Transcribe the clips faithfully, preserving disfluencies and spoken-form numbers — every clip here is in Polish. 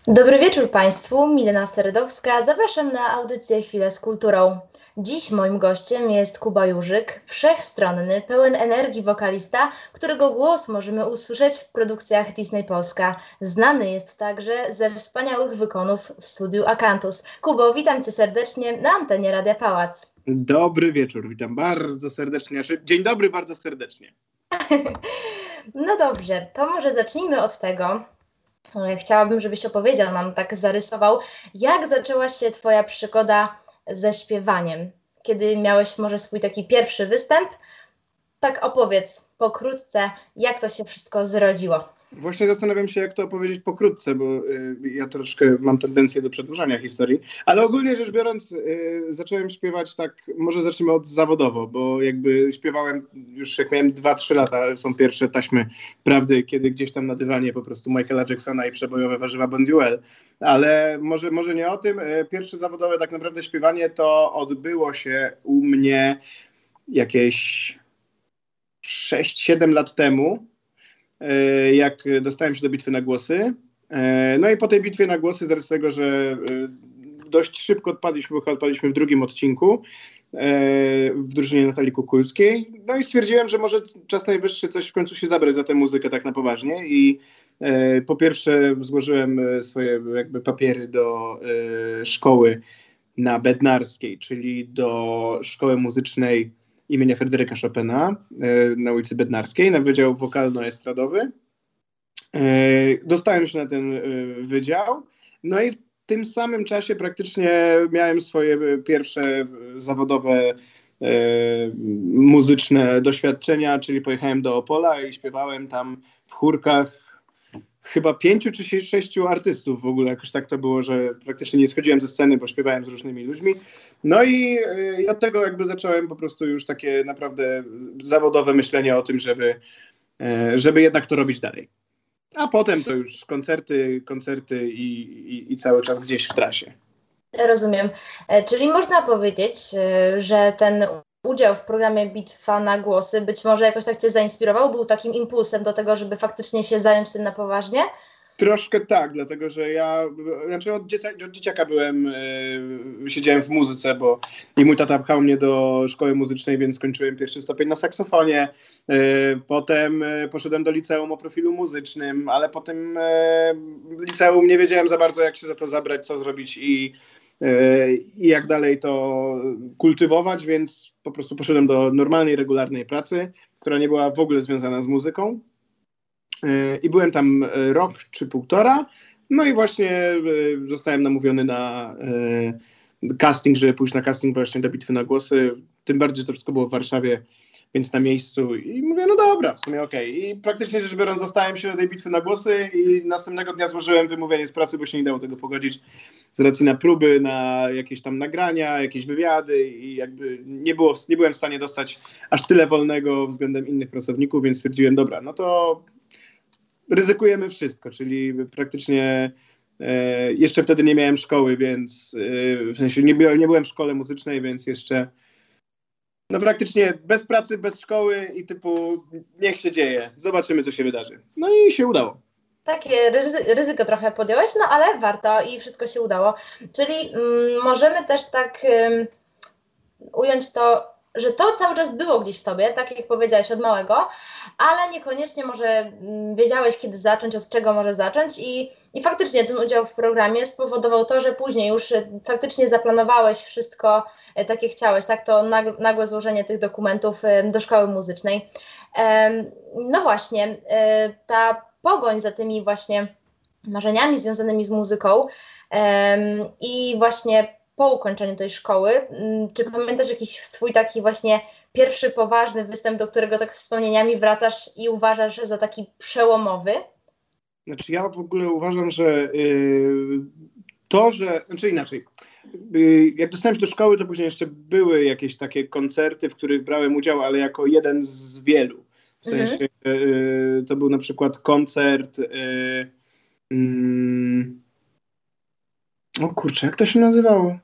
Dobry wieczór Państwu, Milena Serydowska. Zapraszam na audycję Chwilę z kulturą. Dziś moim gościem jest Kuba Jurzyk, wszechstronny, pełen energii wokalista, którego głos możemy usłyszeć w produkcjach Disney Polska. Znany jest także ze wspaniałych wykonów w studiu Akantus. Kubo, witam Cię serdecznie na antenie Radia Pałac. Dobry wieczór, witam bardzo serdecznie. Dzień dobry, bardzo serdecznie. No dobrze, to może zacznijmy od tego. Chciałabym, żebyś opowiedział nam, tak zarysował, jak zaczęła się Twoja przygoda ze śpiewaniem? Kiedy miałeś może swój taki pierwszy występ? Tak opowiedz pokrótce, jak to się wszystko zrodziło. Właśnie zastanawiam się, jak to opowiedzieć pokrótce, bo y, ja troszkę mam tendencję do przedłużania historii, ale ogólnie rzecz biorąc y, zacząłem śpiewać tak, może zacznijmy od zawodowo, bo jakby śpiewałem już jak miałem dwa trzy lata, są pierwsze taśmy prawdy, kiedy gdzieś tam na dywanie po prostu Michaela Jacksona i przebojowe warzywa Bonduelle, ale może, może nie o tym. Pierwsze zawodowe tak naprawdę śpiewanie to odbyło się u mnie jakieś sześć siedem lat temu, jak dostałem się do bitwy na głosy. No i po tej bitwie na głosy, z racji tego, że dość szybko odpadliśmy, bo odpadliśmy w drugim odcinku w drużynie Natalii Kukulskiej. No i stwierdziłem, że może czas najwyższy coś w końcu się zabrać za tę muzykę tak na poważnie i po pierwsze złożyłem swoje jakby papiery do szkoły na Bednarskiej, czyli do szkoły muzycznej imienia Fryderyka Chopina na ulicy Bednarskiej, na Wydział Wokalno-Estradowy. Dostałem się na ten wydział, no i w tym samym czasie praktycznie miałem swoje pierwsze zawodowe muzyczne doświadczenia, czyli pojechałem do Opola i śpiewałem tam w chórkach chyba pięciu czy sześciu artystów w ogóle, jakoś tak to było, że praktycznie nie schodziłem ze sceny, bo śpiewałem z różnymi ludźmi. No i, i od tego jakby zacząłem po prostu już takie naprawdę zawodowe myślenie o tym, żeby, żeby jednak to robić dalej. A potem to już koncerty, koncerty i, i, i cały czas gdzieś w trasie. Rozumiem. Czyli można powiedzieć, że ten udział w programie Bitwa na głosy być może jakoś tak Cię zainspirował, był takim impulsem do tego, żeby faktycznie się zająć tym na poważnie? Troszkę tak, dlatego że ja, znaczy od, dziecia, od dzieciaka byłem, yy, siedziałem w muzyce, bo i mój tata pchał mnie do szkoły muzycznej, więc skończyłem pierwszy stopień na saksofonie. Yy, potem yy, poszedłem do liceum o profilu muzycznym, ale po tym yy, liceum nie wiedziałem za bardzo, jak się za to zabrać, co zrobić i, yy, i jak dalej to kultywować, więc po prostu poszedłem do normalnej, regularnej pracy, która nie była w ogóle związana z muzyką. I byłem tam rok czy półtora, no i właśnie zostałem namówiony na casting, żeby pójść na casting właśnie do Bitwy na głosy, tym bardziej, że to wszystko było w Warszawie, więc na miejscu i mówię, no dobra, w sumie okej. Okay. I praktycznie rzecz biorąc zostałem się do tej Bitwy na głosy i następnego dnia złożyłem wymówienie z pracy, bo się nie dało tego pogodzić z racji na próby, na jakieś tam nagrania, jakieś wywiady i jakby nie, było, nie byłem w stanie dostać aż tyle wolnego względem innych pracowników, więc stwierdziłem, dobra, no to ryzykujemy wszystko, czyli praktycznie e, jeszcze wtedy nie miałem szkoły, więc e, w sensie nie, byłem, nie byłem w szkole muzycznej, więc jeszcze no praktycznie bez pracy, bez szkoły i typu niech się dzieje, zobaczymy co się wydarzy. No i się udało. Takie ryzy ryzyko trochę podjąłeś, no ale warto i wszystko się udało. Czyli mm, możemy też tak um, ująć to, że to cały czas było gdzieś w tobie, tak jak powiedziałeś, od małego, ale niekoniecznie może wiedziałeś, kiedy zacząć, od czego może zacząć i, i faktycznie ten udział w programie spowodował to, że później już faktycznie zaplanowałeś wszystko tak, jak chciałeś, tak, to nagłe złożenie tych dokumentów do szkoły muzycznej. No właśnie, ta pogoń za tymi właśnie marzeniami związanymi z muzyką i właśnie po ukończeniu tej szkoły, czy pamiętasz jakiś swój taki właśnie pierwszy poważny występ, do którego tak wspomnieniami wracasz i uważasz za taki przełomowy? Znaczy ja w ogóle uważam, że yy, to, że, znaczy inaczej, yy, jak dostałem się do szkoły, to później jeszcze były jakieś takie koncerty, w których brałem udział, ale jako jeden z wielu. W sensie mhm. yy, to był na przykład koncert yy, yy, o kurczę, jak to się nazywało?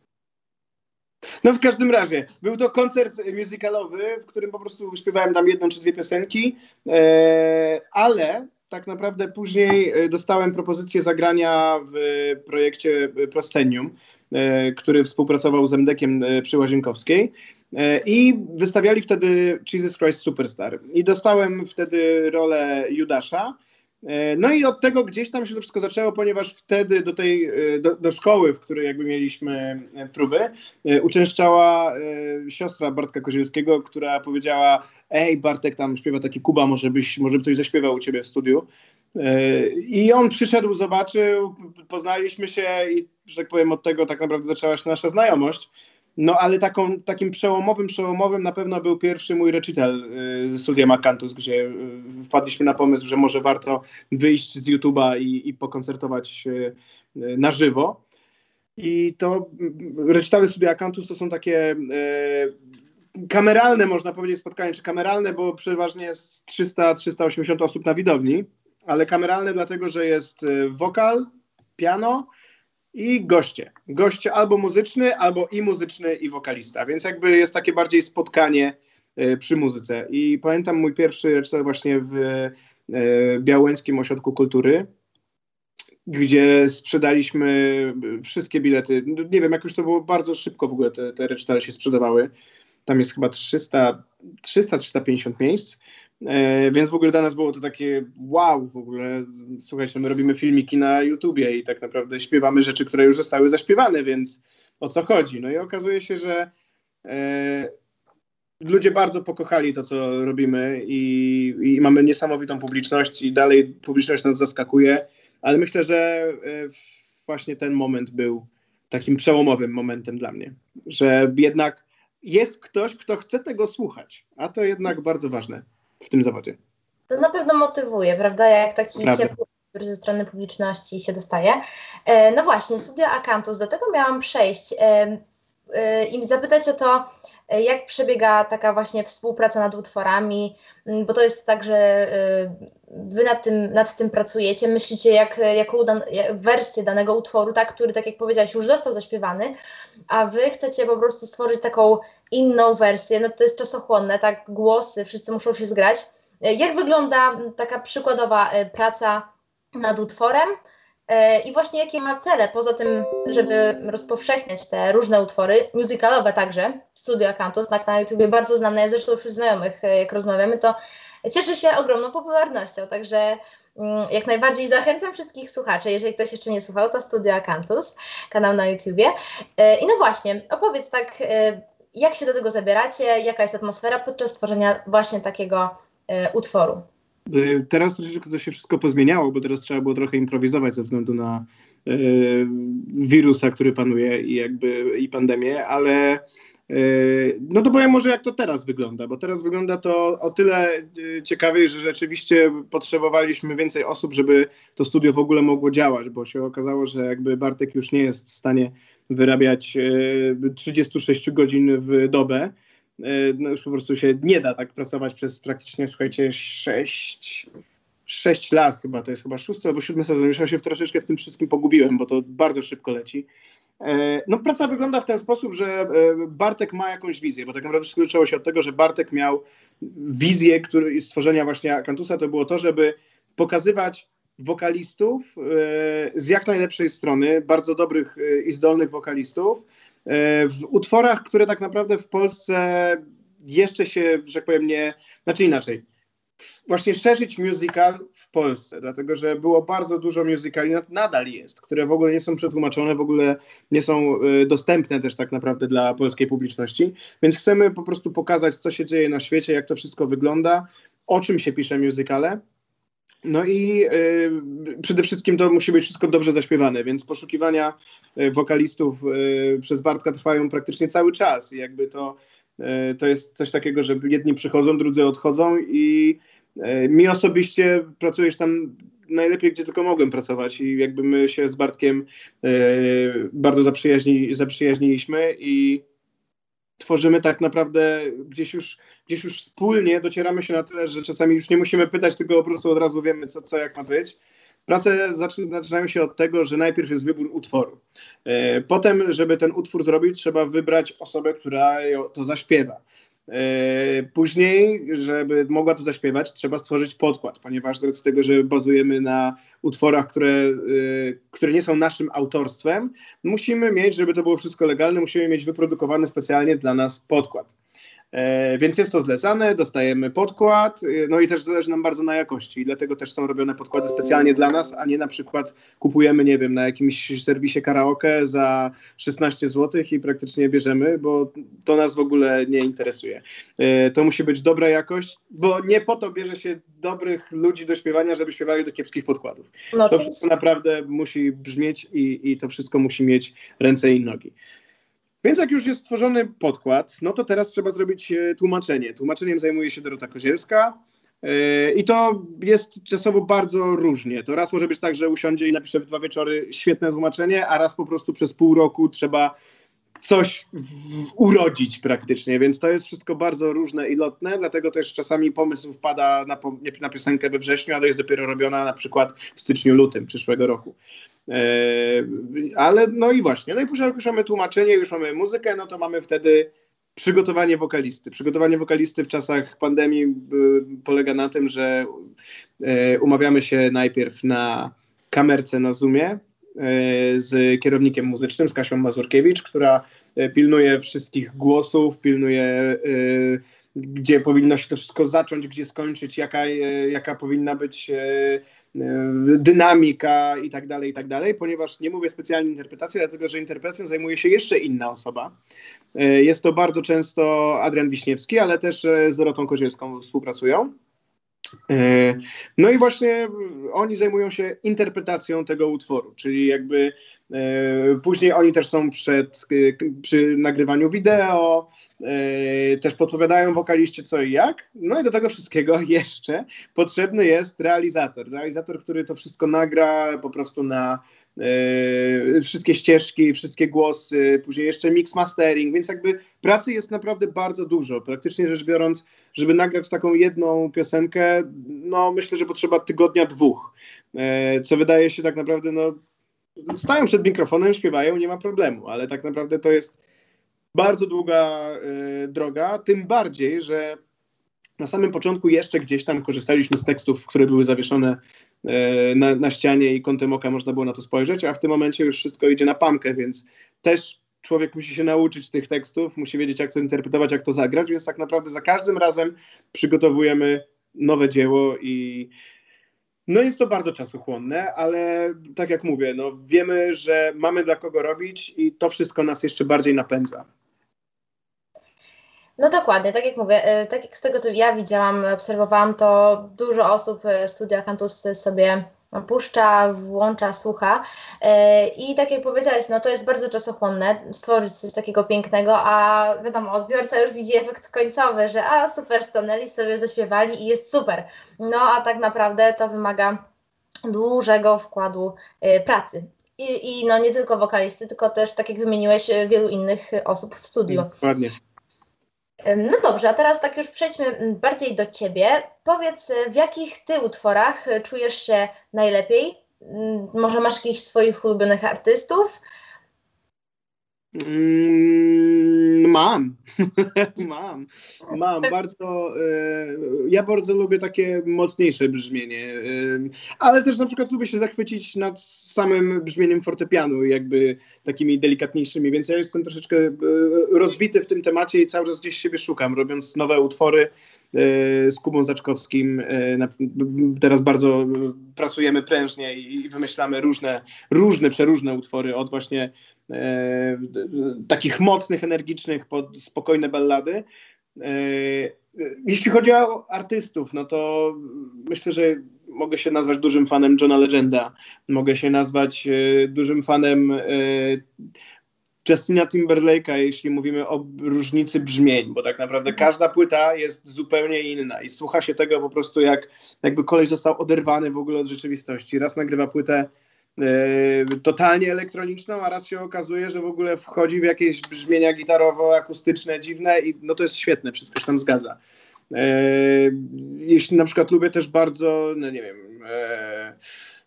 No w każdym razie, był to koncert musicalowy, w którym po prostu śpiewałem tam jedną czy dwie piosenki, e, ale tak naprawdę później dostałem propozycję zagrania w projekcie Proscenium, który współpracował z Emdekiem przy Łazienkowskiej i wystawiali wtedy Jesus Christ Superstar. I dostałem wtedy rolę Judasza. No i od tego gdzieś tam się to wszystko zaczęło, ponieważ wtedy do tej, do, do szkoły, w której jakby mieliśmy próby, uczęszczała siostra Bartka Kozielskiego, która powiedziała: ej, Bartek tam śpiewa taki Kuba, może byś, może by coś zaśpiewał u ciebie w studiu. I on przyszedł, zobaczył, poznaliśmy się i, że tak powiem, od tego tak naprawdę zaczęła się nasza znajomość. No ale taką, takim przełomowym, przełomowym na pewno był pierwszy mój recital ze Studiem Akantus, gdzie wpadliśmy na pomysł, że może warto wyjść z YouTube'a i, i pokoncertować na żywo. I to recitale Studia Akantus to są takie e, kameralne, można powiedzieć, spotkanie, czy kameralne, bo przeważnie jest trzysta do trzystu osiemdziesięciu osób na widowni, ale kameralne dlatego, że jest wokal, piano i goście. Goście albo muzyczny, albo i muzyczny, i wokalista. Więc jakby jest takie bardziej spotkanie y, przy muzyce. I pamiętam mój pierwszy recital właśnie w y, Białęckim Ośrodku Kultury, gdzie sprzedaliśmy wszystkie bilety. Nie wiem, jak już to było bardzo szybko w ogóle te, te recitale się sprzedawały. Tam jest chyba trzysta do trzystu pięćdziesięciu miejsc. E, więc w ogóle dla nas było to takie wow, w ogóle, słuchajcie, my robimy filmiki na YouTubie i tak naprawdę śpiewamy rzeczy, które już zostały zaśpiewane, więc o co chodzi? No i okazuje się, że e, ludzie bardzo pokochali to, co robimy i, i mamy niesamowitą publiczność i dalej publiczność nas zaskakuje, ale myślę, że e, właśnie ten moment był takim przełomowym momentem dla mnie, że jednak jest ktoś, kto chce tego słuchać, a to jednak bardzo ważne w tym zawodzie. To na pewno motywuje, prawda? Jak taki Prawda. ciepły, który ze strony publiczności się dostaje. No właśnie, Studia Akantus, do tego miałam przejść i zapytać o to, jak przebiega taka właśnie współpraca nad utworami, bo to jest tak, że wy nad tym, nad tym pracujecie, myślicie jak, jaką dan, jak wersję danego utworu, tak, który, tak jak powiedziałaś, już został zaśpiewany, a wy chcecie po prostu stworzyć taką inną wersję, no to jest czasochłonne, tak, głosy, wszyscy muszą się zgrać. Jak wygląda taka przykładowa praca nad utworem? I właśnie jakie ma cele, poza tym, żeby rozpowszechniać te różne utwory, musicalowe także, Studio Akantus, tak na YouTubie bardzo znane, ja zresztą wśród znajomych, jak rozmawiamy, to cieszy się ogromną popularnością, także jak najbardziej zachęcam wszystkich słuchaczy, jeżeli ktoś jeszcze nie słuchał, to Studio Akantus, kanał na YouTubie. I no właśnie, opowiedz tak, jak się do tego zabieracie, jaka jest atmosfera podczas tworzenia właśnie takiego utworu. Teraz troszeczkę to się wszystko pozmieniało, bo teraz trzeba było trochę improwizować ze względu na e, wirusa, który panuje i jakby i pandemię, ale e, no to powiem może, jak to teraz wygląda, bo teraz wygląda to o tyle ciekawiej, że rzeczywiście potrzebowaliśmy więcej osób, żeby to studio w ogóle mogło działać, bo się okazało, że jakby Bartek już nie jest w stanie wyrabiać e, trzydzieści sześć godzin w dobę. No już po prostu się nie da tak pracować przez praktycznie, słuchajcie, sześć, sześć lat chyba, to jest chyba szósty albo siódmy sezon, już ja się troszeczkę w tym wszystkim pogubiłem, bo to bardzo szybko leci. No praca wygląda w ten sposób, że Bartek ma jakąś wizję, bo tak naprawdę wszystko zaczęło się od tego, że Bartek miał wizję który, stworzenia właśnie Akantusa, to było to, żeby pokazywać wokalistów z jak najlepszej strony, bardzo dobrych i zdolnych wokalistów, w utworach, które tak naprawdę w Polsce jeszcze się, że tak powiem, nie, znaczy inaczej, właśnie szerzyć musical w Polsce, dlatego że było bardzo dużo musicali, nadal jest, które w ogóle nie są przetłumaczone, w ogóle nie są dostępne też tak naprawdę dla polskiej publiczności, więc chcemy po prostu pokazać, co się dzieje na świecie, jak to wszystko wygląda, o czym się pisze musicale. No i y, przede wszystkim to musi być wszystko dobrze zaśpiewane, więc poszukiwania y, wokalistów y, przez Bartka trwają praktycznie cały czas i jakby to, y, to jest coś takiego, że jedni przychodzą, drudzy odchodzą i y, mi osobiście pracujesz tam najlepiej, gdzie tylko mogłem pracować i jakby my się z Bartkiem y, bardzo zaprzyjaźni, zaprzyjaźniliśmy i tworzymy tak naprawdę gdzieś już, gdzieś już wspólnie, docieramy się na tyle, że czasami już nie musimy pytać, tylko po prostu od razu wiemy, co, co jak ma być. Prace zaczynają się od tego, że najpierw jest wybór utworu. Potem, żeby ten utwór zrobić, trzeba wybrać osobę, która to zaśpiewa. Później, żeby mogła to zaśpiewać, trzeba stworzyć podkład, ponieważ z racji tego, że bazujemy na utworach, które, które nie są naszym autorstwem, musimy mieć, żeby to było wszystko legalne, musimy mieć wyprodukowany specjalnie dla nas podkład. E, więc jest to zlecane, dostajemy podkład, no i też zależy nam bardzo na jakości i dlatego też są robione podkłady specjalnie dla nas, a nie na przykład kupujemy, nie wiem, na jakimś serwisie karaoke za szesnaście złotych i praktycznie bierzemy, bo to nas w ogóle nie interesuje. E, to musi być dobra jakość, bo nie po to bierze się dobrych ludzi do śpiewania, żeby śpiewali do kiepskich podkładów. No, to wszystko naprawdę musi brzmieć i, i to wszystko musi mieć ręce i nogi. Więc jak już jest stworzony podkład, no to teraz trzeba zrobić tłumaczenie. Tłumaczeniem zajmuje się Dorota Kozielska yy, i to jest czasowo bardzo różnie. To raz może być tak, że usiądzie i napisze w dwa wieczory świetne tłumaczenie, a raz po prostu przez pół roku trzeba coś w- urodzić praktycznie, więc to jest wszystko bardzo różne i lotne, dlatego też czasami pomysł wpada na, po, na piosenkę we wrześniu, ale jest dopiero robiona na przykład w styczniu, lutym przyszłego roku. Eee, ale no i właśnie, no i później jak już mamy tłumaczenie, już mamy muzykę, no to mamy wtedy przygotowanie wokalisty. Przygotowanie wokalisty w czasach pandemii y, polega na tym, że y, umawiamy się najpierw na kamerce na Zoomie z kierownikiem muzycznym, z Kasią Mazurkiewicz, która pilnuje wszystkich głosów, pilnuje y, gdzie powinno się to wszystko zacząć, gdzie skończyć, jaka, y, jaka powinna być y, y, dynamika i tak dalej, i tak dalej, ponieważ nie mówię specjalnie interpretacji, dlatego że interpretacją zajmuje się jeszcze inna osoba. Y, jest to bardzo często Adrian Wiśniewski, ale też y, z Dorotą Kozielską współpracują. No i właśnie oni zajmują się interpretacją tego utworu, czyli jakby e, później oni też są przed, przy nagrywaniu wideo, e, też podpowiadają wokaliście co i jak. No i do tego wszystkiego jeszcze potrzebny jest realizator. Realizator, który to wszystko nagra po prostu na e, wszystkie ścieżki, wszystkie głosy, później jeszcze mix mastering, więc jakby pracy jest naprawdę bardzo dużo. Praktycznie rzecz biorąc, żeby nagrać taką jedną piosenkę, no myślę, że potrzeba tygodnia, dwóch, e, co wydaje się tak naprawdę, no stają przed mikrofonem, śpiewają, nie ma problemu, ale tak naprawdę to jest bardzo długa e, droga, tym bardziej, że na samym początku jeszcze gdzieś tam korzystaliśmy z tekstów, które były zawieszone e, na, na ścianie i kątem oka można było na to spojrzeć, a w tym momencie już wszystko idzie na pamkę, więc też człowiek musi się nauczyć tych tekstów, musi wiedzieć, jak to interpretować, jak to zagrać, więc tak naprawdę za każdym razem przygotowujemy nowe dzieło i no jest to bardzo czasochłonne, ale tak jak mówię, no wiemy, że mamy dla kogo robić i to wszystko nas jeszcze bardziej napędza. No dokładnie, tak jak mówię, tak jak z tego co ja widziałam, obserwowałam, to dużo osób Studia Cantus sobie puszcza, włącza, słucha i tak jak powiedziałeś, no to jest bardzo czasochłonne stworzyć coś takiego pięknego, a wiadomo, odbiorca już widzi efekt końcowy, że a super, stanęli sobie, zaśpiewali i jest super, no a tak naprawdę to wymaga dużego wkładu pracy. I, i no nie tylko wokalisty, tylko też, tak jak wymieniłeś, wielu innych osób w studiu. Dokładnie. No dobrze, a teraz tak już przejdźmy bardziej do Ciebie. Powiedz, w jakich Ty utworach czujesz się najlepiej? Może masz jakichś swoich ulubionych artystów? Mm, mam. mam. Mam. Bardzo, e, ja bardzo lubię takie mocniejsze brzmienie, e, ale też na przykład lubię się zachwycić nad samym brzmieniem fortepianu, jakby takimi delikatniejszymi, więc ja jestem troszeczkę e, rozbity w tym temacie i cały czas gdzieś siebie szukam, robiąc nowe utwory e, z Kubą Zaczkowskim. E, na, teraz bardzo pracujemy prężnie i, i wymyślamy różne, różne, przeróżne utwory od właśnie E, takich mocnych, energicznych, pod spokojne ballady. E, jeśli chodzi o artystów, no to myślę, że mogę się nazwać dużym fanem Johna Legenda. Mogę się nazwać e, dużym fanem e, Justina Timberlake'a, jeśli mówimy o różnicy brzmień, bo tak naprawdę każda płyta jest zupełnie inna i słucha się tego po prostu jak jakby koleś został oderwany w ogóle od rzeczywistości. Raz nagrywa płytę Yy, totalnie elektroniczną, a raz się okazuje, że w ogóle wchodzi w jakieś brzmienia gitarowo-akustyczne, dziwne i no to jest świetne, wszystko się tam zgadza. Yy, jeśli na przykład lubię też bardzo, no nie wiem,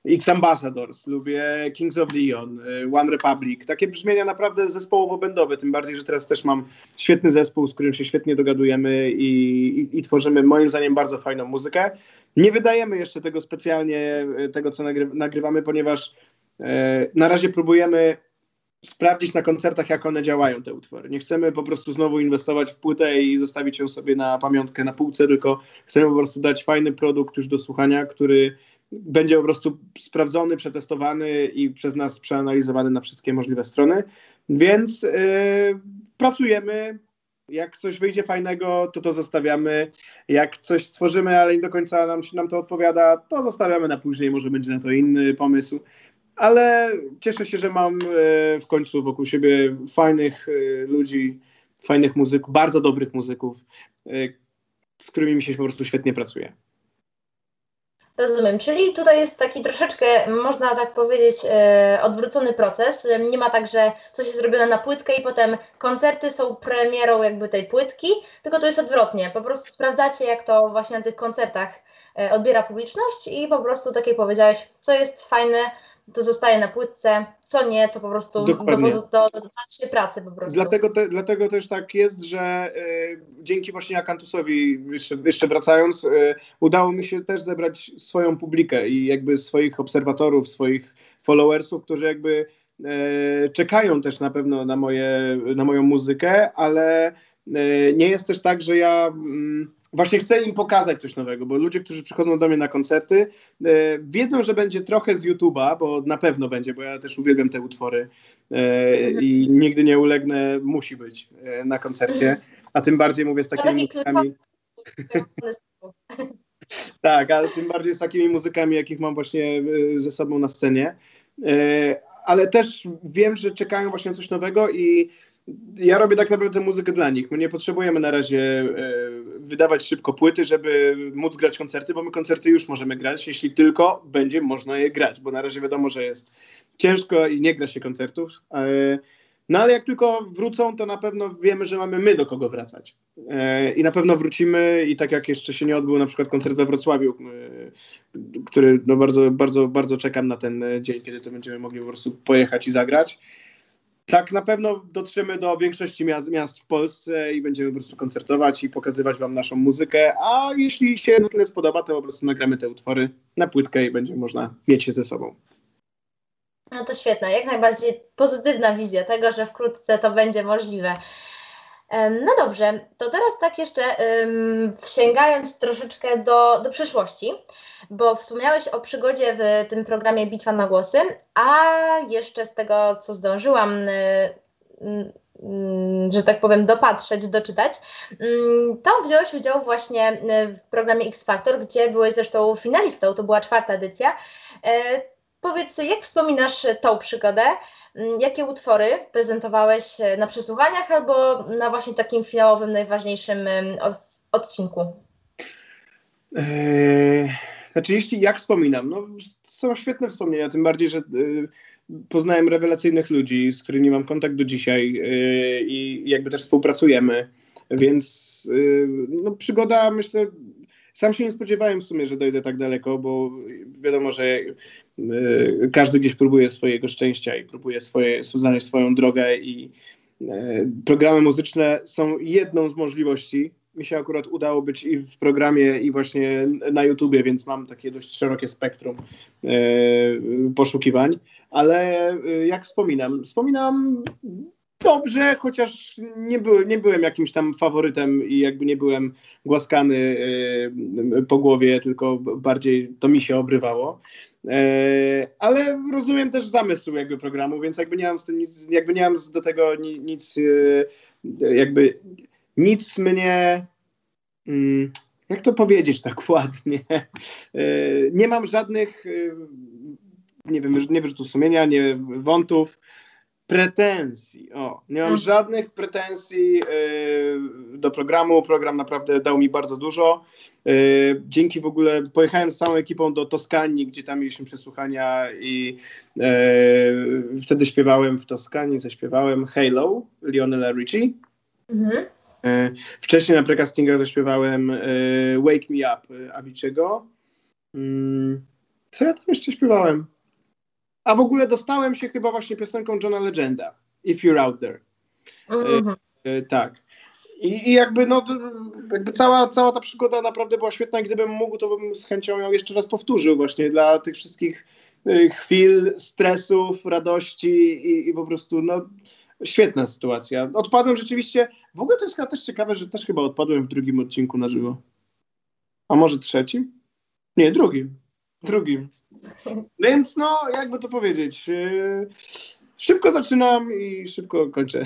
X Ambassadors, lubię Kings of Leon, One Republic. Takie brzmienia naprawdę zespołowo-będowe, tym bardziej, że teraz też mam świetny zespół, z którym się świetnie dogadujemy i, i, i tworzymy moim zdaniem bardzo fajną muzykę. Nie wydajemy jeszcze tego specjalnie, tego co nagry, nagrywamy, ponieważ e, na razie próbujemy sprawdzić na koncertach, jak one działają, te utwory. Nie chcemy po prostu znowu inwestować w płytę i zostawić ją sobie na pamiątkę na półce, tylko chcemy po prostu dać fajny produkt już do słuchania, który będzie po prostu sprawdzony, przetestowany i przez nas przeanalizowany na wszystkie możliwe strony. Więc yy, pracujemy. Jak coś wyjdzie fajnego, to to zostawiamy. Jak coś stworzymy, ale nie do końca nam, nam to odpowiada, to zostawiamy na później. Może będzie na to inny pomysł. Ale cieszę się, że mam yy, w końcu wokół siebie fajnych yy, ludzi, fajnych muzyków, bardzo dobrych muzyków, yy, z którymi mi się po prostu świetnie pracuje. Rozumiem, czyli tutaj jest taki troszeczkę, można tak powiedzieć, e, odwrócony proces. Nie ma tak, że coś jest zrobione na płytkę i potem koncerty są premierą jakby tej płytki, tylko to jest odwrotnie. Po prostu sprawdzacie, jak to właśnie na tych koncertach e, odbiera publiczność i po prostu, tak jak powiedziałeś, co jest fajne, to zostaje na płytce, co nie, to po prostu do, do, do, do dalszej pracy po prostu. Dlatego, te, dlatego też tak jest, że y, dzięki właśnie Akantusowi, jeszcze, jeszcze wracając, y, udało mi się też zebrać swoją publikę i jakby swoich obserwatorów, swoich followersów, którzy jakby y, czekają też na pewno na, moje, na moją muzykę, ale y, nie jest też tak, że ja... Y, Właśnie chcę im pokazać coś nowego, bo ludzie, którzy przychodzą do mnie na koncerty, e, wiedzą, że będzie trochę z YouTube'a, bo na pewno będzie, bo ja też uwielbiam te utwory e, i nigdy nie ulegnę, musi być e, na koncercie, a tym bardziej mówię z takimi muzykami... Tak, ale tym bardziej z takimi muzykami, jakich mam właśnie ze sobą na scenie. E, ale też wiem, że czekają właśnie na coś nowego i ja robię tak naprawdę muzykę dla nich. My nie potrzebujemy na razie e, wydawać szybko płyty, żeby móc grać koncerty, bo my koncerty już możemy grać, jeśli tylko będzie można je grać, bo na razie wiadomo, że jest ciężko i nie gra się koncertów. E, no ale jak tylko wrócą, to na pewno wiemy, że mamy my do kogo wracać. E, I na pewno wrócimy i tak jak jeszcze się nie odbył na przykład koncert we Wrocławiu, e, który no bardzo, bardzo, bardzo czekam na ten dzień, kiedy to będziemy mogli po prostu pojechać i zagrać. Tak, na pewno dotrzemy do większości miast, miast w Polsce i będziemy po prostu koncertować i pokazywać wam naszą muzykę, a jeśli się na tyle spodoba, to po prostu nagramy te utwory na płytkę i będzie można mieć je ze sobą. No to świetne, jak najbardziej pozytywna wizja tego, że wkrótce to będzie możliwe. No dobrze, to teraz tak jeszcze um, sięgając troszeczkę do, do przyszłości, bo wspomniałeś o przygodzie w tym programie Bitwa na głosy, a jeszcze z tego, co zdążyłam, y, y, że tak powiem, dopatrzeć, doczytać, y, to wziąłeś udział właśnie w programie X Factor, gdzie byłeś zresztą finalistą, to była czwarta edycja. Y, powiedz, jak wspominasz tą przygodę? Jakie utwory prezentowałeś na przesłuchaniach albo na właśnie takim finałowym, najważniejszym odcinku? Eee, znaczy, jeśli jak wspominam, no są świetne wspomnienia, tym bardziej, że y, poznałem rewelacyjnych ludzi, z którymi mam kontakt do dzisiaj y, i jakby też współpracujemy, więc y, no, przygoda, myślę, sam się nie spodziewałem w sumie, że dojdę tak daleko, bo wiadomo, że y, każdy gdzieś próbuje swojego szczęścia i próbuje swoje, znaleźć swoją drogę i y, programy muzyczne są jedną z możliwości. Mi się akurat udało być i w programie, i właśnie na YouTubie, więc mam takie dość szerokie spektrum y, poszukiwań, ale y, jak wspominam, wspominam dobrze, chociaż nie, były, nie byłem jakimś tam faworytem i jakby nie byłem głaskany y, po głowie, tylko bardziej to mi się obrywało. Y, ale rozumiem też zamysł jakby programu, więc jakby nie mam z tym nic, jakby nie mam do tego nic, nic y, jakby nic mnie, y, jak to powiedzieć tak ładnie, y, nie mam żadnych, y, nie wiem, nie wyrzutów sumienia, nie wątów, pretensji. O, nie mam żadnych pretensji yy, do programu. Program naprawdę dał mi bardzo dużo. Yy, dzięki w ogóle pojechałem z całą ekipą do Toskanii, gdzie tam mieliśmy przesłuchania i yy, wtedy śpiewałem w Toskanii, zaśpiewałem Halo Lionela Richie. Mhm. Yy, wcześniej na precastingach zaśpiewałem yy, Wake Me Up Avicii'ego. Yy. Co ja tam jeszcze śpiewałem? A w ogóle dostałem się chyba właśnie piosenką Johna Legenda, If You're Out There. Mm-hmm. E, e, tak. I, I jakby no jakby cała, cała ta przygoda naprawdę była świetna i gdybym mógł, to bym z chęcią ją jeszcze raz powtórzył właśnie dla tych wszystkich y, chwil, stresów, radości i, i po prostu no świetna sytuacja. Odpadłem rzeczywiście, w ogóle to jest chyba też ciekawe, że też chyba odpadłem w drugim odcinku na żywo. A może trzecim? Nie, drugim. Drugim. Więc no, jakby to powiedzieć, yy, szybko zaczynam i szybko kończę.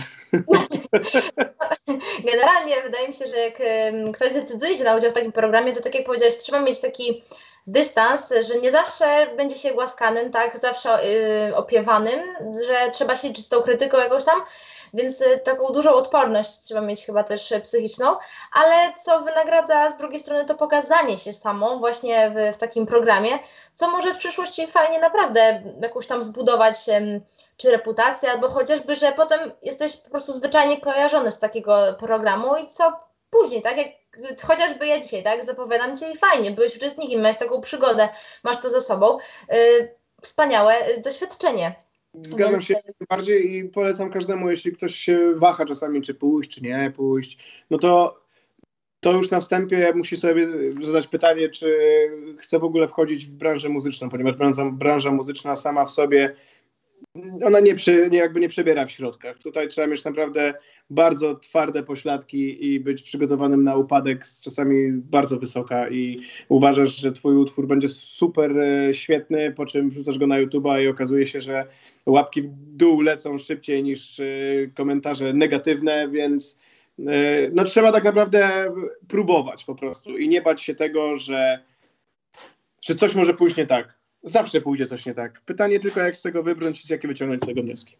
Generalnie wydaje mi się, że jak um, ktoś decyduje się na udział w takim programie, to tak jak powiedziałeś, trzeba mieć taki dystans, że nie zawsze będzie się głaskanym, tak, zawsze yy, opiewanym, że trzeba się liczyć z tą krytyką jakąś tam, więc y, taką dużą odporność trzeba mieć chyba też y, psychiczną, ale co wynagradza z drugiej strony to pokazanie się samą właśnie w, w takim programie, co może w przyszłości fajnie naprawdę jakąś tam zbudować y, czy reputację, albo chociażby, że potem jesteś po prostu zwyczajnie kojarzony z takiego programu i co później, tak jak chociażby ja dzisiaj, tak, zapowiadam Cię i fajnie, byłeś uczestnikiem, miałeś taką przygodę, masz to za sobą, yy, wspaniałe yy, doświadczenie. Zgadzam Więc... się bardziej i polecam każdemu, jeśli ktoś się waha czasami, czy pójść, czy nie pójść, no to to już na wstępie musi sobie zadać pytanie, czy chce w ogóle wchodzić w branżę muzyczną, ponieważ branża, branża muzyczna sama w sobie ona nie, przy, nie, jakby nie przebiera w środkach. Tutaj trzeba mieć naprawdę bardzo twarde pośladki i być przygotowanym na upadek z czasami bardzo wysoka i uważasz, że twój utwór będzie super e, świetny, po czym wrzucasz go na YouTube'a i okazuje się, że łapki w dół lecą szybciej niż e, komentarze negatywne, więc e, no trzeba tak naprawdę próbować po prostu i nie bać się tego, że, że coś może pójść nie tak. Zawsze pójdzie coś nie tak. Pytanie tylko, jak z tego wybrnąć i jakie wyciągnąć z tego wnioski.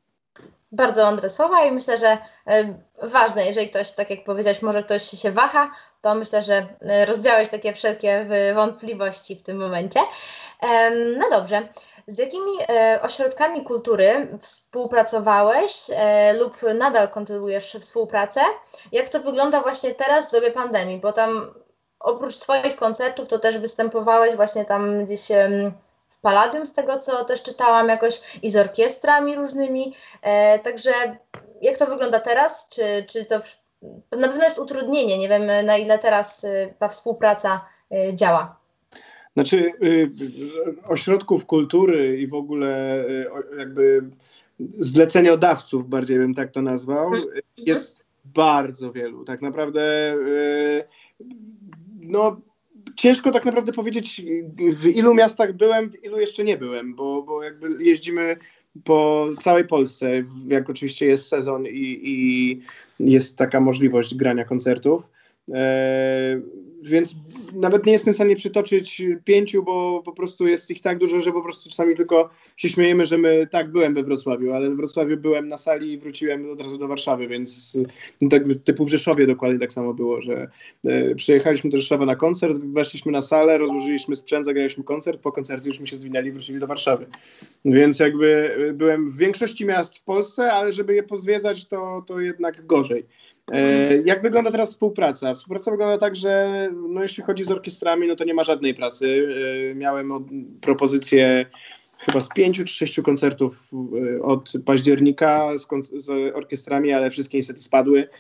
Bardzo mądre słowa i myślę, że y, ważne, jeżeli ktoś, tak jak powiedziałeś, może ktoś się waha, to myślę, że y, rozwiałeś takie wszelkie wątpliwości w tym momencie. Ym, no dobrze. Z jakimi y, ośrodkami kultury współpracowałeś y, lub nadal kontynuujesz współpracę? Jak to wygląda właśnie teraz w dobie pandemii? Bo tam oprócz swoich koncertów to też występowałeś właśnie tam gdzieś w Palladium, z tego co też czytałam jakoś i z orkiestrami różnymi. E, także jak to wygląda teraz? Czy, czy to na pewno jest utrudnienie? Nie wiem, na ile teraz ta współpraca działa. Znaczy y, ośrodków kultury i w ogóle y, jakby zleceniodawców, bardziej bym tak to nazwał, mm. jest bardzo wielu. Tak naprawdę y, no ciężko tak naprawdę powiedzieć, w ilu miastach byłem, w ilu jeszcze nie byłem, bo, bo jakby jeździmy po całej Polsce, jak oczywiście jest sezon i, i jest taka możliwość grania koncertów. E, więc nawet nie jestem w stanie przytoczyć pięciu, bo po prostu jest ich tak dużo, że po prostu czasami tylko się śmiejemy, że my, tak, byłem we Wrocławiu, ale w Wrocławiu byłem na sali i wróciłem od razu do Warszawy, więc tak, typu w Rzeszowie dokładnie tak samo było, że e, przyjechaliśmy do Rzeszowa na koncert, weszliśmy na salę, rozłożyliśmy sprzęt, zagraliśmy koncert, po koncercie już mi się zwinęli i wrócili do Warszawy. Więc jakby byłem w większości miast w Polsce, ale żeby je pozwiedzać, to, to jednak gorzej. Jak wygląda teraz współpraca? Współpraca wygląda tak, że no jeśli chodzi z orkiestrami, no to nie ma żadnej pracy. Miałem od, propozycję chyba z pięciu czy sześciu koncertów od października z, z orkiestrami, ale wszystkie niestety spadły.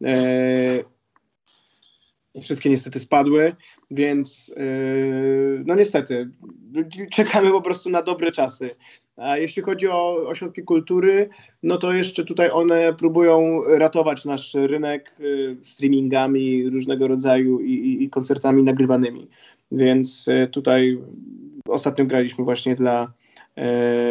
Wszystkie niestety spadły, więc no niestety czekamy po prostu na dobre czasy. A jeśli chodzi o ośrodki kultury, no to jeszcze tutaj one próbują ratować nasz rynek y, streamingami różnego rodzaju i, i, i koncertami nagrywanymi. Więc y, tutaj ostatnio graliśmy właśnie dla y,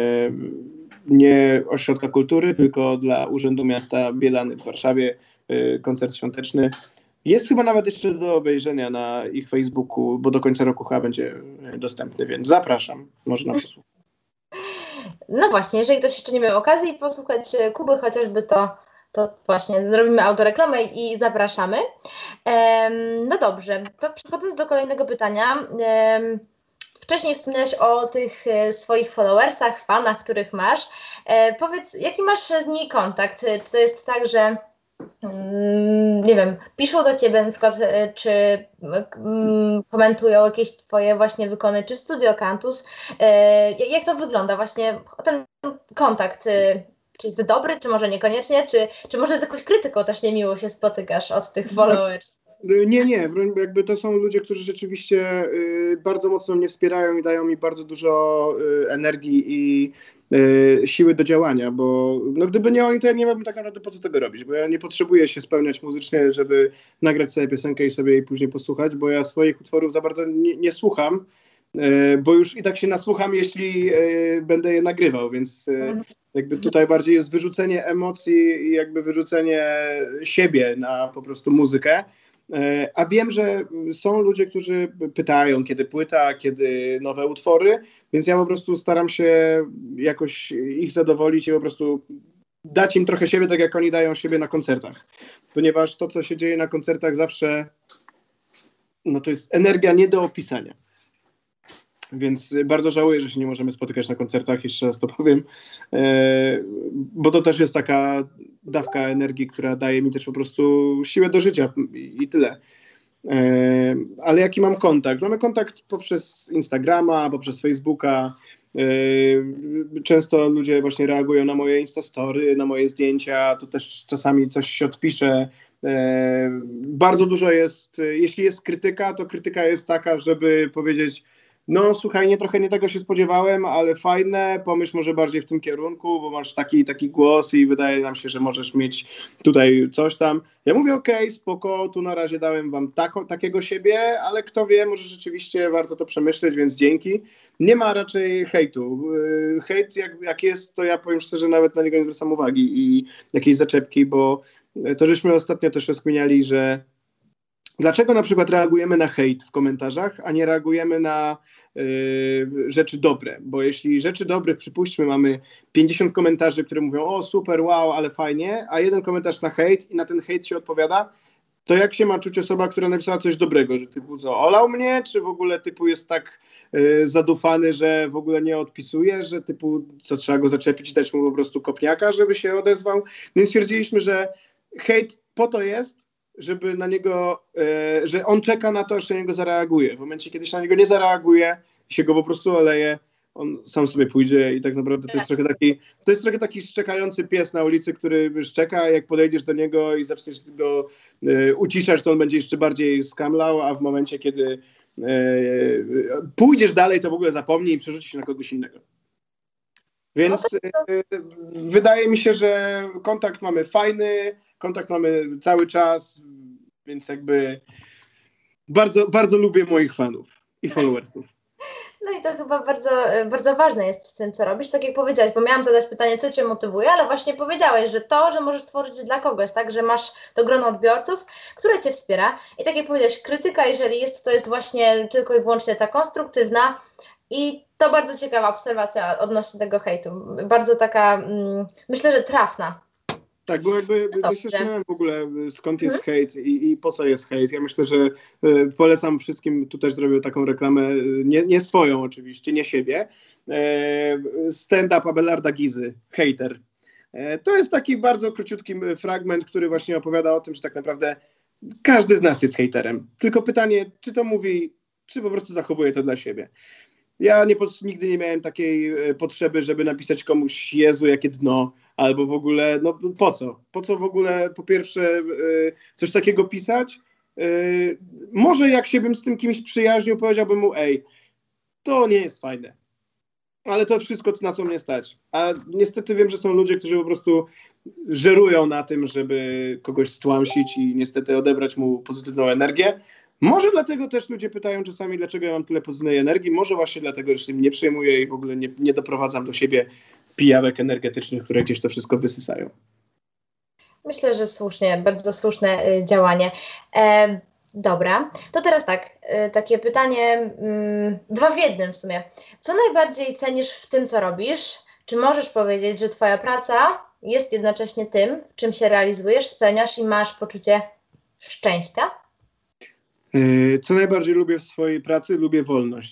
nie ośrodka kultury, tylko dla Urzędu Miasta Bielany w Warszawie y, koncert świąteczny. Jest chyba nawet jeszcze do obejrzenia na ich Facebooku, bo do końca roku chyba będzie dostępny, więc zapraszam, można posłuchać. No właśnie, jeżeli ktoś jeszcze nie miał okazji posłuchać Kuby chociażby, to, to właśnie zrobimy autoreklamę i zapraszamy. Ehm, no dobrze, to przechodząc do kolejnego pytania. Ehm, wcześniej wspomniałeś o tych swoich followersach, fanach, których masz. E, powiedz, jaki masz z nimi kontakt? Czy to jest tak, że nie wiem, piszą do ciebie na przykład, czy komentują jakieś twoje właśnie wykony, czy Studio Cantus. Jak to wygląda właśnie, ten kontakt, czy jest dobry, czy może niekoniecznie, czy, czy może z jakąś krytyką też niemiło się spotykasz od tych followers? Nie, nie, jakby to są ludzie, którzy rzeczywiście y, bardzo mocno mnie wspierają i dają mi bardzo dużo y, energii i y, siły do działania, bo no, gdyby nie oni, to ja nie wiem tak naprawdę po co tego robić, bo ja nie potrzebuję się spełniać muzycznie, żeby nagrać sobie piosenkę i sobie jej później posłuchać, bo ja swoich utworów za bardzo nie, nie słucham, y, bo już i tak się nasłucham, jeśli y, będę je nagrywał, więc y, jakby tutaj bardziej jest wyrzucenie emocji i jakby wyrzucenie siebie na po prostu muzykę. A wiem, że są ludzie, którzy pytają, kiedy płyta, kiedy nowe utwory, więc ja po prostu staram się jakoś ich zadowolić i po prostu dać im trochę siebie, tak jak oni dają siebie na koncertach. Ponieważ to, co się dzieje na koncertach zawsze, no to jest energia nie do opisania. Więc bardzo żałuję, że się nie możemy spotykać na koncertach, jeszcze raz to powiem, e, bo to też jest taka dawka energii, która daje mi też po prostu siłę do życia i, i tyle. E, ale jaki mam kontakt? Mamy kontakt poprzez Instagrama, poprzez Facebooka. E, często ludzie właśnie reagują na moje Instastory, na moje zdjęcia, to też czasami coś się odpisze. E, bardzo dużo jest, jeśli jest krytyka, to krytyka jest taka, żeby powiedzieć: no słuchaj, nie, trochę nie tego się spodziewałem, ale fajne, pomyśl może bardziej w tym kierunku, bo masz taki taki głos i wydaje nam się, że możesz mieć tutaj coś tam. Ja mówię: okej, okay, spoko, tu na razie dałem wam tako, takiego siebie, ale kto wie, może rzeczywiście warto to przemyśleć, więc dzięki. Nie ma raczej hejtu. Hejt jak, jak jest, to ja powiem szczerze, nawet na niego nie zwracam uwagi i jakiejś zaczepki, bo to żeśmy ostatnio też rozkminiali, że dlaczego na przykład reagujemy na hejt w komentarzach, a nie reagujemy na y, rzeczy dobre? Bo jeśli rzeczy dobre, przypuśćmy, mamy pięćdziesiąt komentarzy, które mówią: o super, wow, ale fajnie, a jeden komentarz na hejt i na ten hejt się odpowiada, to jak się ma czuć osoba, która napisała coś dobrego? Że typu co, olał mnie, czy w ogóle typu jest tak y, zadufany, że w ogóle nie odpisuje, że typu co, trzeba go zaczepić i dać mu po prostu kopniaka, żeby się odezwał? Więc stwierdziliśmy, że hejt po to jest, żeby na niego, e, że on czeka na to, aż na niego zareaguje. W momencie, kiedy się na niego nie zareaguje, się go po prostu oleje, on sam sobie pójdzie i tak naprawdę to jest trochę taki, to jest trochę taki szczekający pies na ulicy, który szczeka, jak podejdziesz do niego i zaczniesz go e, uciszać, to on będzie jeszcze bardziej skamlał, a w momencie, kiedy e, pójdziesz dalej, to w ogóle zapomnij i przerzuci się na kogoś innego. Więc e, wydaje mi się, że kontakt mamy fajny, kontakt mamy cały czas, więc jakby bardzo, bardzo lubię moich fanów i followersów. No i to chyba bardzo, bardzo ważne jest w tym, co robisz. Tak jak powiedziałeś, bo miałam zadać pytanie, co cię motywuje, ale właśnie powiedziałeś, że to, że możesz tworzyć dla kogoś, tak, że masz to grono odbiorców, które cię wspiera. I tak jak powiedziałeś, krytyka, jeżeli jest, to jest właśnie tylko i wyłącznie ta konstruktywna. I to bardzo ciekawa obserwacja odnośnie tego hejtu. Bardzo taka, mm, myślę, że trafna. Tak, bo jakby ja się zastanawiam w ogóle, skąd jest hmm? hejt i, i po co jest hejt. Ja myślę, że y, polecam wszystkim, tu też zrobię taką reklamę, nie, nie swoją oczywiście, nie siebie. E, stand-up Abelarda Gizy, Hejter. E, to jest taki bardzo króciutki fragment, który właśnie opowiada o tym, że tak naprawdę każdy z nas jest hejterem. Tylko pytanie, czy to mówi, czy po prostu zachowuje to dla siebie. Ja nie, nigdy nie miałem takiej potrzeby, żeby napisać komuś: Jezu, jakie dno, albo w ogóle, no po co? Po co w ogóle po pierwsze coś takiego pisać? Może jak się bym z tym kimś przyjaźnił, powiedziałbym mu: ej, to nie jest fajne, ale to wszystko, na co mnie stać. A niestety wiem, że są ludzie, którzy po prostu żerują na tym, żeby kogoś stłamsić i niestety odebrać mu pozytywną energię. Może dlatego też ludzie pytają czasami, dlaczego ja mam tyle pozytywnej energii. Może właśnie dlatego, że się nie przejmuję i w ogóle nie, nie doprowadzam do siebie pijawek energetycznych, które gdzieś to wszystko wysysają. Myślę, że słusznie, bardzo słuszne y, działanie. E, dobra, to teraz tak, y, takie pytanie, y, dwa w jednym w sumie. Co najbardziej cenisz w tym, co robisz? Czy możesz powiedzieć, że twoja praca jest jednocześnie tym, w czym się realizujesz, spełniasz i masz poczucie szczęścia? Co najbardziej lubię w swojej pracy? Lubię wolność.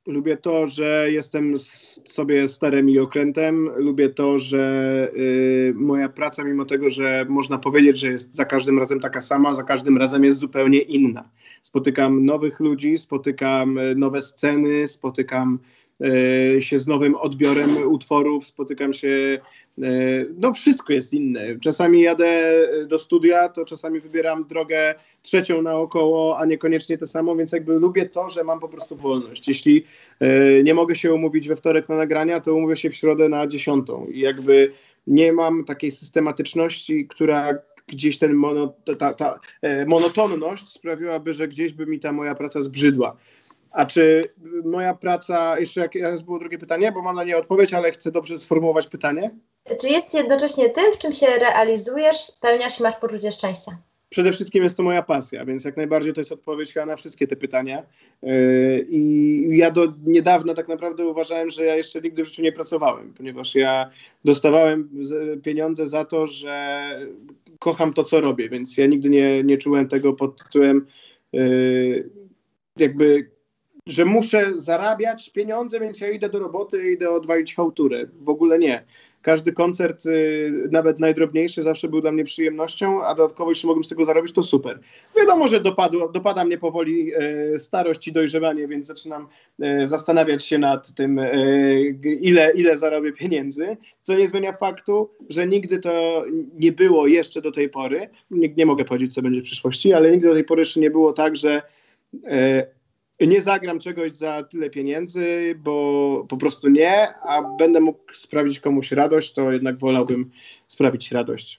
Lubię to, że jestem sobie sterem i okrętem. Lubię to, że y, moja praca, mimo tego, że można powiedzieć, że jest za każdym razem taka sama, za każdym razem jest zupełnie inna. Spotykam nowych ludzi, spotykam nowe sceny, spotykam y, się z nowym odbiorem utworów, spotykam się... No wszystko jest inne. Czasami jadę do studia, to czasami wybieram drogę trzecią naokoło, a niekoniecznie tę samą, więc jakby lubię to, że mam po prostu wolność. Jeśli y, nie mogę się umówić we wtorek na nagrania, to umówię się w środę na dziesiątą i jakby nie mam takiej systematyczności, która gdzieś ten mono, ta, ta e, monotonność sprawiłaby, że gdzieś by mi ta moja praca zbrzydła. A czy moja praca, jeszcze jak raz było drugie pytanie, bo mam na nie odpowiedź, ale chcę dobrze sformułować pytanie. Czy jest jednocześnie tym, w czym się realizujesz, spełniasz i masz poczucie szczęścia? Przede wszystkim jest to moja pasja, więc jak najbardziej to jest odpowiedź chyba na wszystkie te pytania. Yy, I ja do niedawna tak naprawdę uważałem, że ja jeszcze nigdy w życiu nie pracowałem, ponieważ ja dostawałem pieniądze za to, że kocham to, co robię, więc ja nigdy nie, nie czułem tego pod tytułem yy, jakby, że muszę zarabiać pieniądze, więc ja idę do roboty i idę odwalić chałturę. W ogóle nie. Każdy koncert, y, nawet najdrobniejszy, zawsze był dla mnie przyjemnością, a dodatkowo jeśli mogłem z tego zarobić, to super. Wiadomo, że dopadło, dopada mnie powoli y, starość i dojrzewanie, więc zaczynam y, zastanawiać się nad tym, y, ile, ile zarobię pieniędzy, co nie zmienia faktu, że nigdy to nie było jeszcze do tej pory, nie, nie mogę powiedzieć, co będzie w przyszłości, ale nigdy do tej pory jeszcze nie było tak, że y, nie zagram czegoś za tyle pieniędzy, bo po prostu nie, a będę mógł sprawić komuś radość, to jednak wolałbym sprawić radość.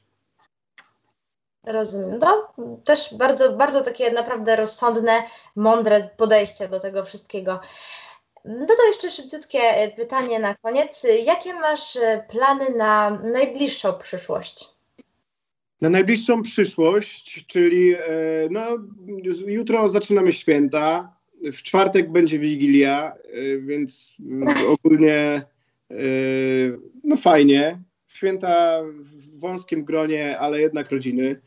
Rozumiem. No, też bardzo, bardzo takie naprawdę rozsądne, mądre podejście do tego wszystkiego. No to jeszcze szybciutkie pytanie na koniec. Jakie masz plany na najbliższą przyszłość? Na najbliższą przyszłość, czyli e, no, jutro zaczynamy święta. W czwartek będzie Wigilia, więc ogólnie no fajnie. Święta w wąskim gronie, ale jednak rodziny.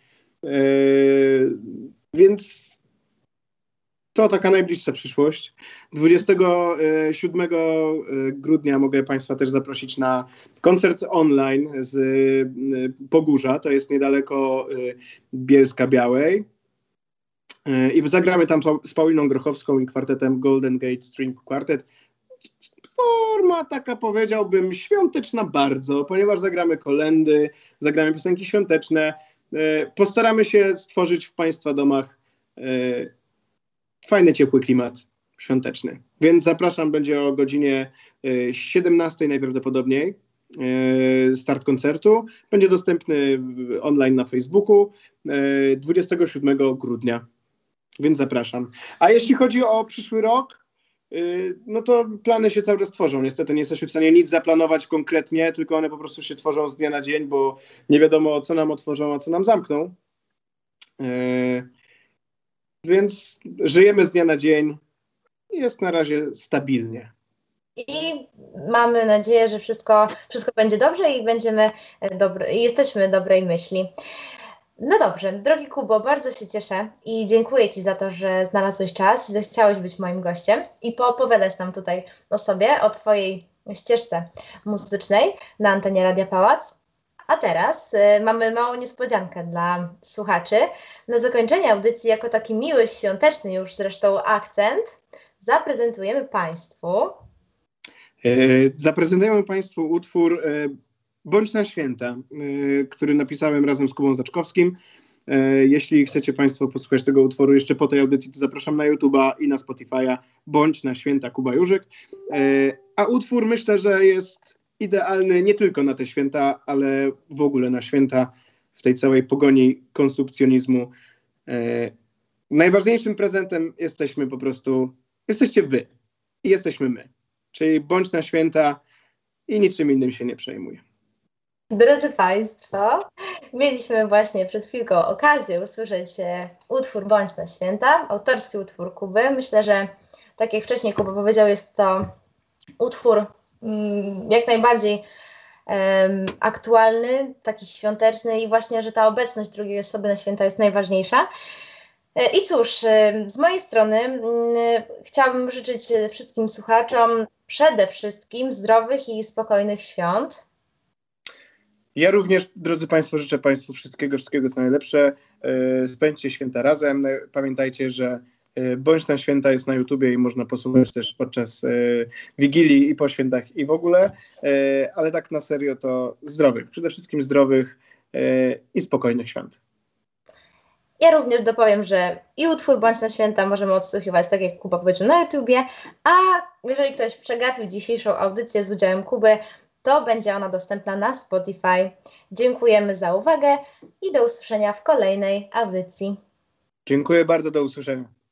Więc to taka najbliższa przyszłość. dwudziestego siódmego grudnia mogę Państwa też zaprosić na koncert online z Pogórza. To jest niedaleko Bielska Białej. I zagramy tam z Pauliną Grochowską i kwartetem Golden Gate String Quartet. Forma taka, powiedziałbym, świąteczna bardzo, ponieważ zagramy kolędy, zagramy piosenki świąteczne. Postaramy się stworzyć w Państwa domach fajny, ciepły klimat świąteczny. Więc zapraszam, będzie o godzinie siedemnastej najprawdopodobniej start koncertu. Będzie dostępny online na Facebooku dwudziestego siódmego grudnia. Więc zapraszam. A jeśli chodzi o przyszły rok, no to plany się cały czas tworzą. Niestety nie jesteśmy w stanie nic zaplanować konkretnie, tylko one po prostu się tworzą z dnia na dzień, bo nie wiadomo, co nam otworzą, a co nam zamkną. Więc żyjemy z dnia na dzień i jest na razie stabilnie. I mamy nadzieję, że wszystko, wszystko będzie dobrze i będziemy dobre, i jesteśmy dobrej myśli. No dobrze, drogi Kubo, bardzo się cieszę i dziękuję Ci za to, że znalazłeś czas i zechciałeś być moim gościem i poopowiadać nam tutaj o sobie, o Twojej ścieżce muzycznej na antenie Radia Pałac. A teraz y, mamy małą niespodziankę dla słuchaczy. Na zakończenie audycji, jako taki miły, świąteczny już zresztą akcent, zaprezentujemy Państwu... E, zaprezentujemy Państwu utwór... E... Bądź na święta, y, który napisałem razem z Kubą Zaczkowskim. Y, jeśli chcecie Państwo posłuchać tego utworu jeszcze po tej audycji, to zapraszam na YouTube'a i na Spotify'a. Bądź na święta, Kuba Jurzyk. Y, a utwór myślę, że jest idealny nie tylko na te święta, ale w ogóle na święta w tej całej pogoni konsumpcjonizmu. Y, najważniejszym prezentem jesteśmy po prostu, jesteście Wy i jesteśmy my. Czyli bądź na święta i niczym innym się nie przejmuj. Drodzy Państwo, mieliśmy właśnie przed chwilką okazję usłyszeć utwór Bądź na święta, autorski utwór Kuby. Myślę, że tak jak wcześniej Kuba powiedział, jest to utwór mm, jak najbardziej um, aktualny, taki świąteczny i właśnie, że ta obecność drugiej osoby na święta jest najważniejsza. I cóż, z mojej strony chciałabym życzyć wszystkim słuchaczom przede wszystkim zdrowych i spokojnych świąt. Ja również, drodzy Państwo, życzę Państwu wszystkiego, wszystkiego co najlepsze. Spędźcie święta razem. Pamiętajcie, że Bądź na święta jest na YouTubie i można posłuchać też podczas Wigilii i po świętach i w ogóle. Ale tak na serio to zdrowych, przede wszystkim zdrowych i spokojnych świąt. Ja również dopowiem, że i utwór Bądź na święta możemy odsłuchiwać, tak jak Kuba powiedział, na YouTubie, a jeżeli ktoś przegapił dzisiejszą audycję z udziałem Kuby, to będzie ona dostępna na Spotify. Dziękujemy za uwagę i do usłyszenia w kolejnej audycji. Dziękuję bardzo, do usłyszenia.